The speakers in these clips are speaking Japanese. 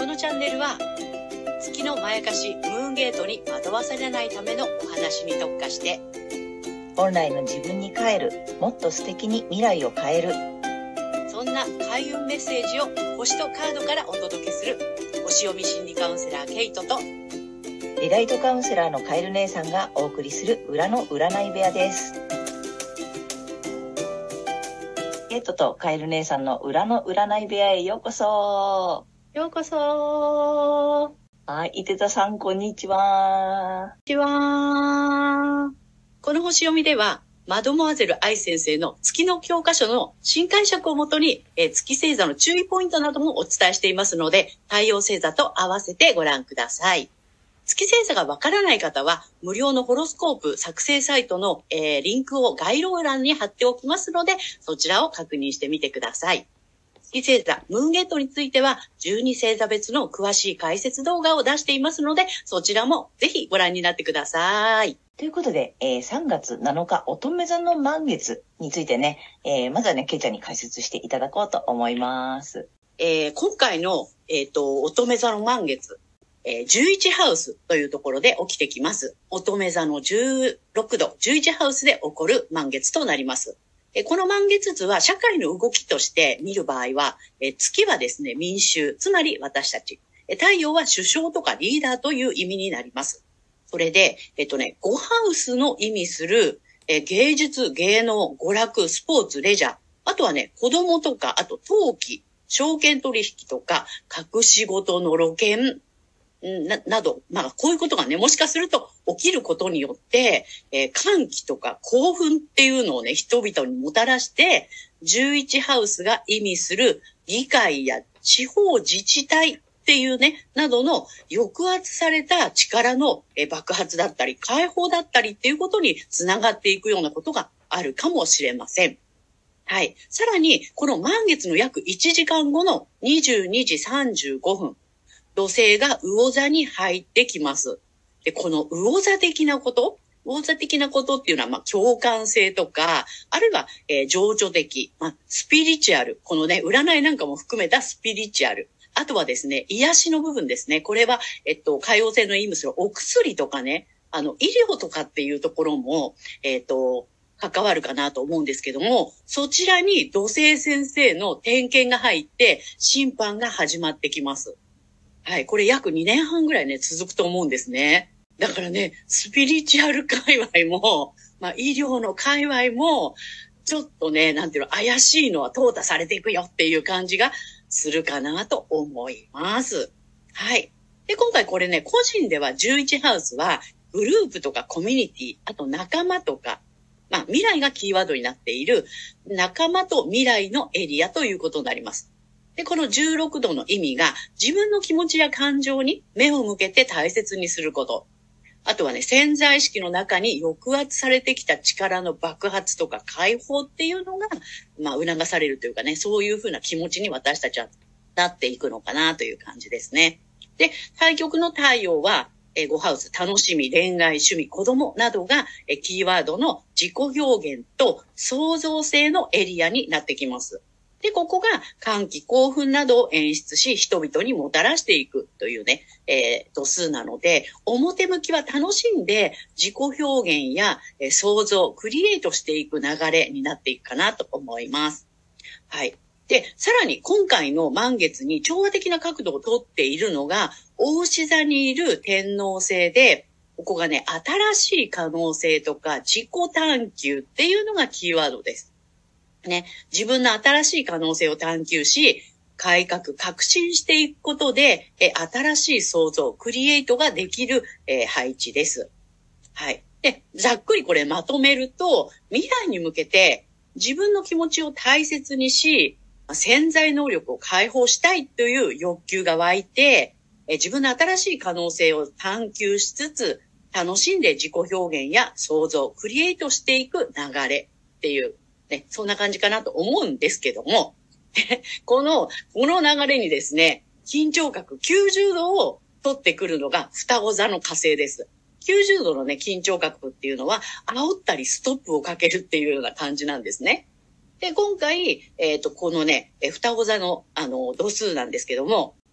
のチャンネルは月のまやかしムーンゲートに惑わされないためのお話に特化して、 本来の自分に帰る、もっと素敵に未来を変える、 そんな開運メッセージを星とカードからお届けする星読み心理カウンセラーケイトとリライトカウンセラーのカエル姉さんがお送りする裏の占い部屋です。ケイトとカエル姉さんの裏の占い部屋へようこそ。 ようこそ。 はい、伊手田さん、こんにちは。 こんにちは。この星読みでは、マドモアゼル愛先生の月の教科書の新解釈をもとに、月星座の注意ポイントなどもお伝えしていますので、太陽星座と合わせてご覧ください。月星座がわからない方は、無料のホロスコープ作成サイトの、リンクを概要欄に貼っておきますので、そちらを確認してみてください。月星座、ムーンゲートについては、12星座別の詳しい解説動画を出していますので、そちらもぜひご覧になってください。 ということで、3月7日乙女座の満月についてね、まずはね、ケイちゃんに解説していただこうと思います。 今回の、乙女座の満月、11ハウスというところで起きてきます。乙女座の16度、11ハウスで起こる満月となります。この満月図は社会の動きとして見る場合は、月はですね、民衆、つまり私たち。太陽は首相とかリーダーという意味になります。それで、5ハウスの意味する、芸術、芸能、娯楽、スポーツ、レジャー、あとはね、子供とか、あと登記、証券取引とか、隠し事の露見、など、こういうことがね、もしかすると起きることによって、歓喜とか興奮っていうのをね、人々にもたらして、11ハウスが意味する議会や地方自治体っていうね、などの抑圧された力の爆発だったり、解放だったりっていうことにつながっていくようなことがあるかもしれません。はい。さらに、この満月の約1時間後の22時35分、土星が魚座に入ってきます。で、この魚座的なことっていうのは、共感性とか、あるいは、情緒的、スピリチュアル。このね、占いなんかも含めたスピリチュアル。あとはですね、癒しの部分ですね。これは、海王星の意味するお薬とかね、医療とかっていうところも、関わるかなと思うんですけども、そちらに土星先生の点検が入って、審判が始まってきます。はい。これ約2年半ぐらいね、続くと思うんですね。だからね、スピリチュアル界隈も、医療の界隈も、ちょっとね、怪しいのは淘汰されていくよっていう感じがするかなと思います。はい。で、今回これね、個人では11ハウスは、グループとかコミュニティ、あと仲間とか、未来がキーワードになっている、仲間と未来のエリアということになります。で、この16度の意味が自分の気持ちや感情に目を向けて大切にすること。あとはね、潜在意識の中に抑圧されてきた力の爆発とか解放っていうのが、促されるというかね、そういうふうな気持ちに私たちはなっていくのかなという感じですね。で、対極の太陽は、5ハウス、楽しみ、恋愛、趣味、子供などが、キーワードの自己表現と創造性のエリアになってきます。で、ここが歓喜、興奮などを演出し、人々にもたらしていくというね、度数なので、表向きは楽しんで自己表現や創造、クリエイトしていく流れになっていくかなと思います。はい。で、さらに今回の満月に調和的な角度をとっているのが、牡牛座にいる天王星で、ここがね、新しい可能性とか自己探求っていうのがキーワードです。ね、自分の新しい可能性を探求し、改革、革新していくことで、新しい創造、クリエイトができる、配置です。はい。で、ざっくりこれまとめると、未来に向けて自分の気持ちを大切にし、潜在能力を解放したいという欲求が湧いて、自分の新しい可能性を探求しつつ、楽しんで自己表現や創造、クリエイトしていく流れっていう、ね、そんな感じかなと思うんですけども、この流れにですね、緊張角90度を取ってくるのが双子座の火星です。90度のね、緊張角っていうのは、煽ったりストップをかけるっていうような感じなんですね。で、今回、このね、双子座の、度数なんですけども、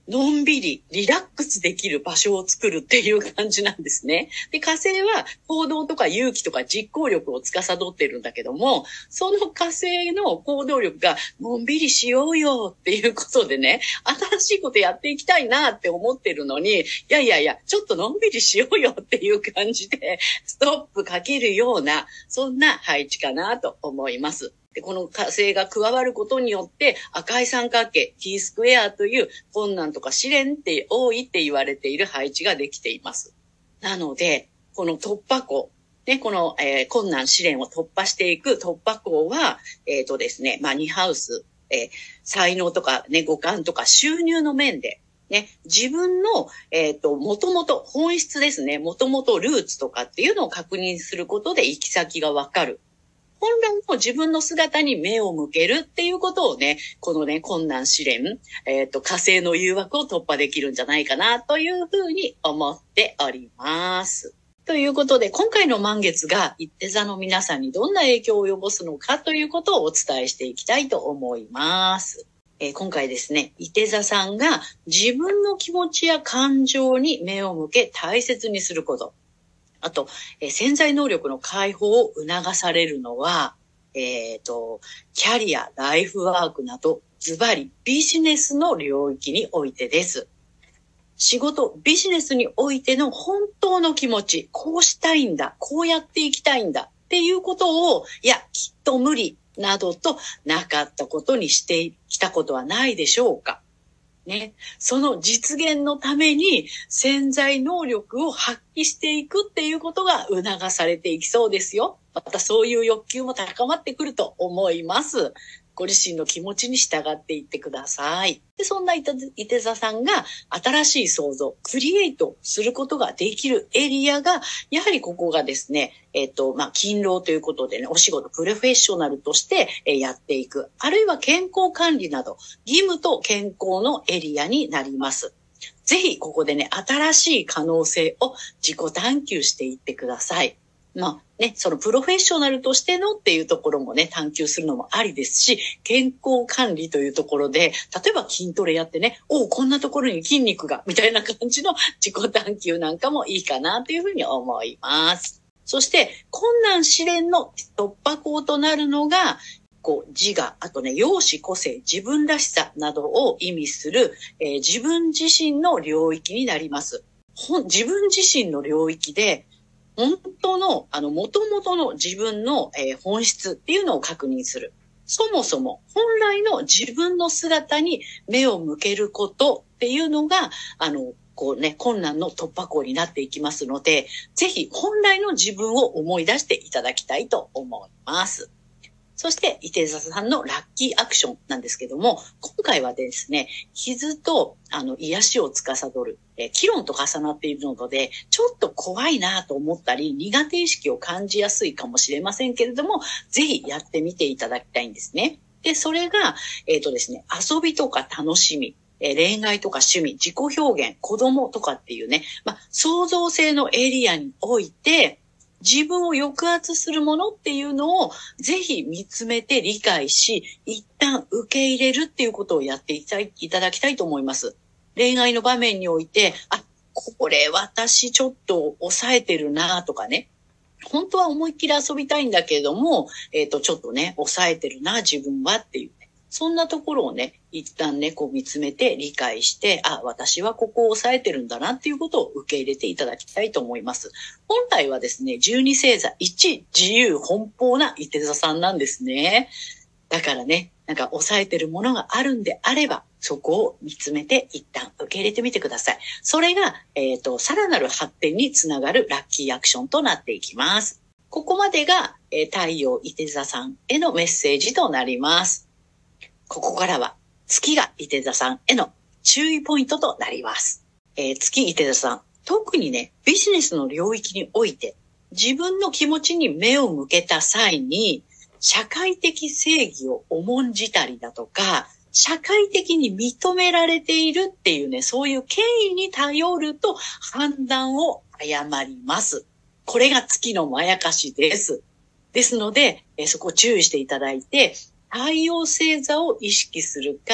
のんびりリラックスできる場所を作るっていう感じなんですね。で、火星は行動とか勇気とか実行力を司ってるんだけども、その火星の行動力がのんびりしようよっていうことでね、新しいことやっていきたいなって思ってるのに、いやいやいや、ちょっとのんびりしようよっていう感じで、ストップかけるような、そんな配置かなと思います。で、この火星が加わることによって赤い三角形 T スクエアという困難とか試練って多いって言われている配置ができています。なので、この突破口、ね、この、困難試練を突破していく突破口は、ですね、マニーハウス、才能とかね、五感とか収入の面で、ね、自分の、もともと本質ですね、もともとルーツとかっていうのを確認することで行き先がわかる。本来の自分の姿に目を向けるっていうことをね、このね、困難試練、火星の誘惑を突破できるんじゃないかなというふうに思っております。ということで、今回の満月がいて座の皆さんにどんな影響を及ぼすのかということをお伝えしていきたいと思います。今回ですね、いて座さんが自分の気持ちや感情に目を向け大切にすること。あと、潜在能力の解放を促されるのは、キャリア、ライフワークなど、ズバリビジネスの領域においてです。仕事、ビジネスにおいての本当の気持ち、こうしたいんだ、こうやっていきたいんだっていうことを、いや、きっと無理などとなかったことにしてきたことはないでしょうか。ね、その実現のために潜在能力を発揮していくっていうことが促されていきそうですよ。またそういう欲求も高まってくると思います。ご自身の気持ちに従っていってください。で、そんないて座さんが新しい創造、クリエイトすることができるエリアが、やはりここがですね、勤労ということでね、お仕事、プロフェッショナルとしてやっていく。あるいは健康管理など、義務と健康のエリアになります。ぜひここでね、新しい可能性を自己探求していってください。まあね、そのプロフェッショナルとしてのっていうところもね、探求するのもありですし、健康管理というところで、例えば筋トレやってね、こんなところに筋肉が、みたいな感じの自己探求なんかもいいかなというふうに思います。そして、困難試練の突破口となるのが、自我、あとね、容姿、個性、自分らしさなどを意味する、自分自身の領域になります。自分自身の領域で、本当の、元々の自分の、本質っていうのを確認する。そもそも、本来の自分の姿に目を向けることっていうのが、困難の突破口になっていきますので、ぜひ本来の自分を思い出していただきたいと思います。そして、いて座さんのラッキーアクションなんですけども、今回はですね、傷と癒しを司る、気論と重なっているので、ちょっと怖いなと思ったり、苦手意識を感じやすいかもしれませんけれども、ぜひやってみていただきたいんですね。で、それが、ですね、遊びとか楽しみ、恋愛とか趣味、自己表現、子供とかっていうね、創造性のエリアにおいて、自分を抑圧するものっていうのをぜひ見つめて理解し、一旦受け入れるっていうことをやっていただきたいと思います。恋愛の場面において、これ私ちょっと抑えてるなとかね。本当は思いっきり遊びたいんだけれども、ちょっとね、抑えてるな自分はっていうね。そんなところをね、一旦ね、見つめて理解して、私はここを抑えてるんだなっていうことを受け入れていただきたいと思います。本来はですね、12星座1自由奔放ないて座さんなんですね。だからね、抑えてるものがあるんであれば、そこを見つめて一旦受け入れてみてください。それが、さらなる発展につながるラッキーアクションとなっていきます。ここまでが、太陽いて座さんへのメッセージとなります。ここからは月がいて座さんへの注意ポイントとなります。月いて座さん、特にね、ビジネスの領域において自分の気持ちに目を向けた際に、社会的正義を重んじたりだとか、社会的に認められているっていうね、そういう権威に頼ると判断を誤ります。これが月のまやかしです。ですので、そこを注意していただいて、太陽星座を意識するか、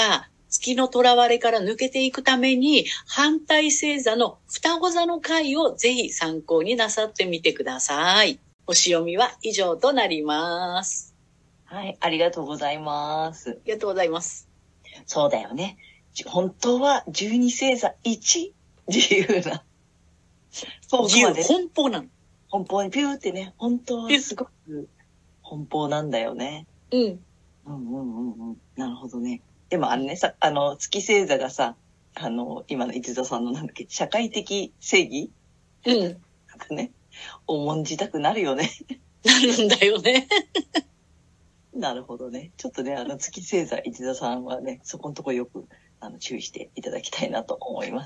月の囚われから抜けていくために、反対星座の双子座の回をぜひ参考になさってみてください。星読みは以上となります。 はい、ありがとうございます。 ありがとうございます。 そうだよね。本当は12星座1自由な。 そう、自由、奔放なの。 奔放にピューってね、本当はすごく奔放なんだよね。 うん。 なるほどね。でもね、月星座がさ、今の伊座さんのなんだっけ、社会的正義なんかね、重んじたくなるよね。 なるんだよね。 なるほどね。ちょっとね、月星座伊座さんはね、そこのとこよく、注意していただきたいなと思います。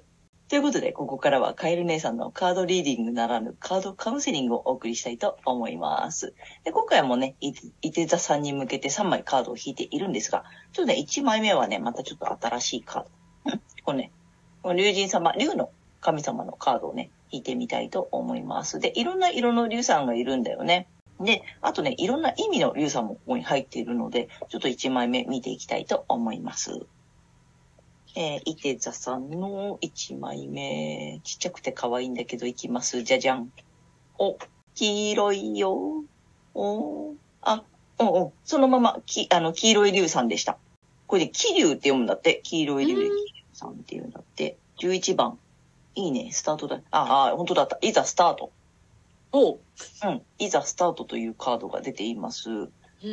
ということで、ここからはカエル姉さんのカードリーディングならぬカードカウンセリングをお送りしたいと思います。で、今回もね、伊手座さんに向けて3枚カードを引いているんですが、ちょっとね、1枚目はね、またちょっと新しいカード。これね、竜神様、竜の神様のカードをね、引いてみたいと思います。で、いろんな色の竜さんがいるんだよね。で、あとね、いろんな意味の竜さんもここに入っているので、ちょっと1枚目見ていきたいと思います。伊手座さんの1枚目。ちっちゃくて可愛いんだけどいきます。じゃじゃん。お、黄色いよ。そのまま、黄色い竜さんでした。これで、黄竜って読むんだって。黄色い竜で黄竜さんっていうんだって。11番。いいね、スタートだ。本当だった。いざスタート。いざスタートというカードが出ています。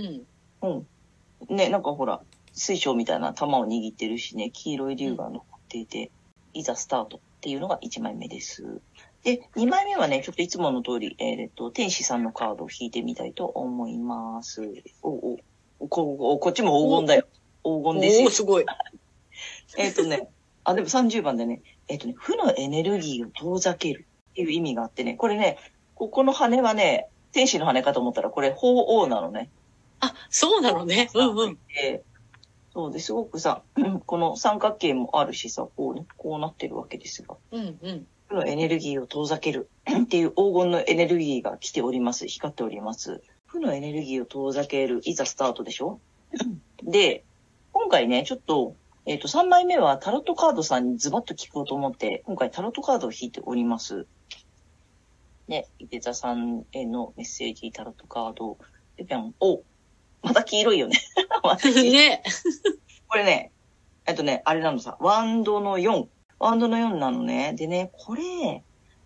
ね、なんかほら、水晶みたいな玉を握ってるしね、黄色い竜が残っていて、いざスタートっていうのが1枚目です。で、2枚目はね、ちょっといつもの通り、天使さんのカードを引いてみたいと思います。こっちも黄金だよ。黄金ですよ。 すごい。 でも30番でね、負のエネルギーを遠ざけるっていう意味があってね、これね、ここの羽はね、天使の羽かと思ったら、これ鳳凰なのね。 あ、そうなのね。 そうですごくさ、この三角形もあるしさ、こうなってるわけですが。負のエネルギーを遠ざけるっていう黄金のエネルギーが来ております。光っております。負のエネルギーを遠ざける、いざスタートでしょで、今回ね、ちょっと、3枚目はタロットカードさんにズバッと聞こうと思って、今回タロットカードを引いております。ね、伊手座さんへのメッセージ、タロットカード、また黄色いよね。 ね。 これね、あれなのさ、ワンドの4なのね。でね、これ、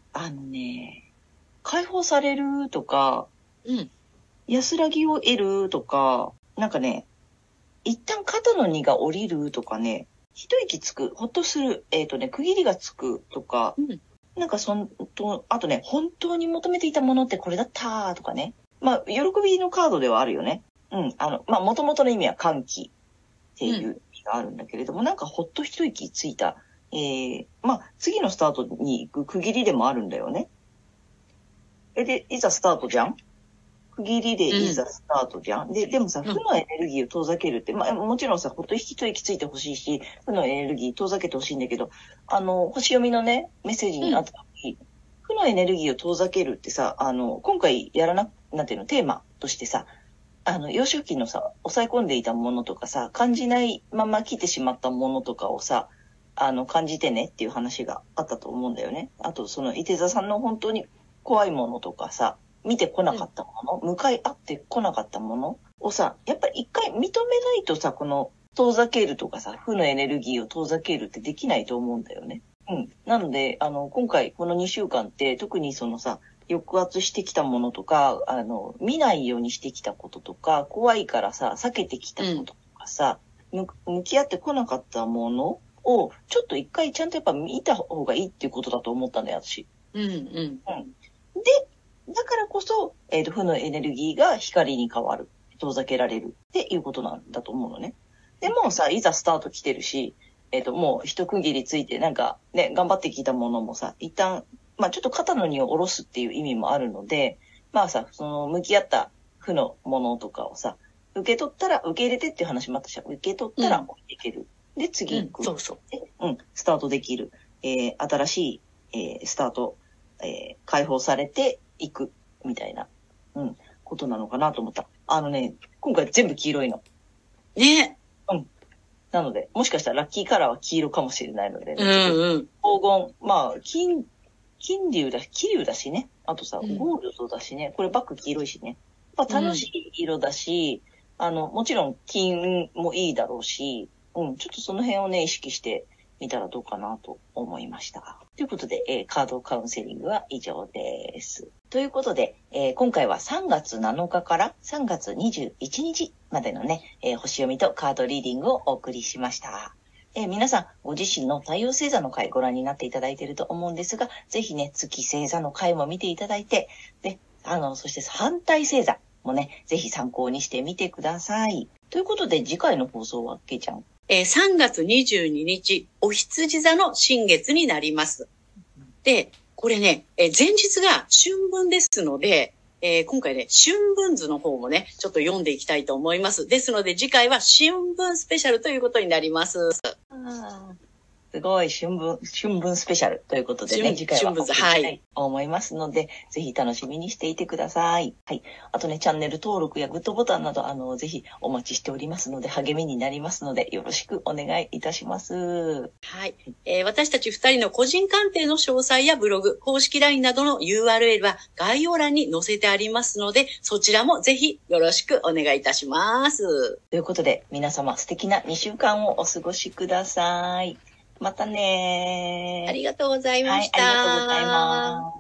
解放されるとか、安らぎを得るとか、なんかね、一旦肩の荷が下りるとかね、一息つく、ほっとする、区切りがつくとか、なんかあとね、本当に求めていたものってこれだったとかね。まあ、喜びのカードではあるよね。元々の意味は歓喜っていう意味があるんだけれども、なんかほっと一息ついた、次のスタートに行く区切りでもあるんだよね。で、いざスタートじゃん？区切りでいざスタートじゃん。でもさ、負のエネルギーを遠ざけるって、もちろんさ、ほっと一息ついてほしいし、負のエネルギー遠ざけてほしいんだけど、星読みのね、メッセージにあった時、負のエネルギーを遠ざけるってさ、今回なんていうの、テーマとしてさ、幼少期のさ、抑え込んでいたものとかさ、感じないまま来てしまったものとかをさ、感じてねっていう話があったと思うんだよね。あと、伊手座さんの本当に怖いものとかさ、見てこなかったもの、向かい合ってこなかったものをさ、やっぱり一回認めないとさ、この遠ざけるとかさ、負のエネルギーを遠ざけるってできないと思うんだよね。なので、今回この2週間って特にそのさ、抑圧してきたものとか、見ないようにしてきたこととか、怖いからさ、避けてきたこととかさ、向き合ってこなかったものを、ちょっと一回ちゃんとやっぱ見た方がいいっていうことだと思ったんだよ、私。で、だからこそ、負のエネルギーが光に変わる。遠ざけられるっていうことなんだと思うのね。でもさ、いざスタート来てるし、もう一区切りついて、なんかね、頑張ってきたものもさ、一旦、ちょっと肩の荷を下ろすっていう意味もあるので、向き合った負のものとかをさ、受け取ったら、受け入れてっていう話もあったし、受け取ったら置いていける。で、次行く。スタートできる。新しい、スタート、解放されていく、みたいな、ことなのかなと思った。今回全部黄色いの。 ね。 なので、もしかしたらラッキーカラーは黄色かもしれないので、ね、 黄金、まあ、金龍だしね。あとさ、ゴールドだしね。これバッグ黄色いしね。やっぱ楽しい色だし、もちろん金もいいだろうし、ちょっとその辺をね、意識してみたらどうかなと思いました。ということで、カードカウンセリングは以上です。ということで、今回は3月7日から3月21日までのね、星読みとカードリーディングをお送りしました。皆さん、ご自身の太陽星座の回ご覧になっていただいていると思うんですが、ぜひね、月星座の回も見ていただいて、で、そして反対星座もね、ぜひ参考にしてみてください。ということで、次回の放送は、けいちゃん。 3月22日、お羊座の新月になります。で、これね、前日が春分ですので、今回ね、春分図の方もね、ちょっと読んでいきたいと思います。ですので、次回は春分スペシャルということになります。 すごい、春分スペシャルということでね、次回はお送りしたいと思いますので、ぜひ楽しみにしていてください。はい。あとね、チャンネル登録やグッドボタンなど、ぜひお待ちしておりますので、励みになりますので、よろしくお願いいたします。 はい。私たち2人の個人鑑定の詳細やブログ、公式 LINE などの URL は概要欄に載せてありますので、そちらもぜひよろしくお願いいたします。 ということで、皆様素敵な2週間をお過ごしください。またねー。 ありがとうございました。 はい、ありがとうございます。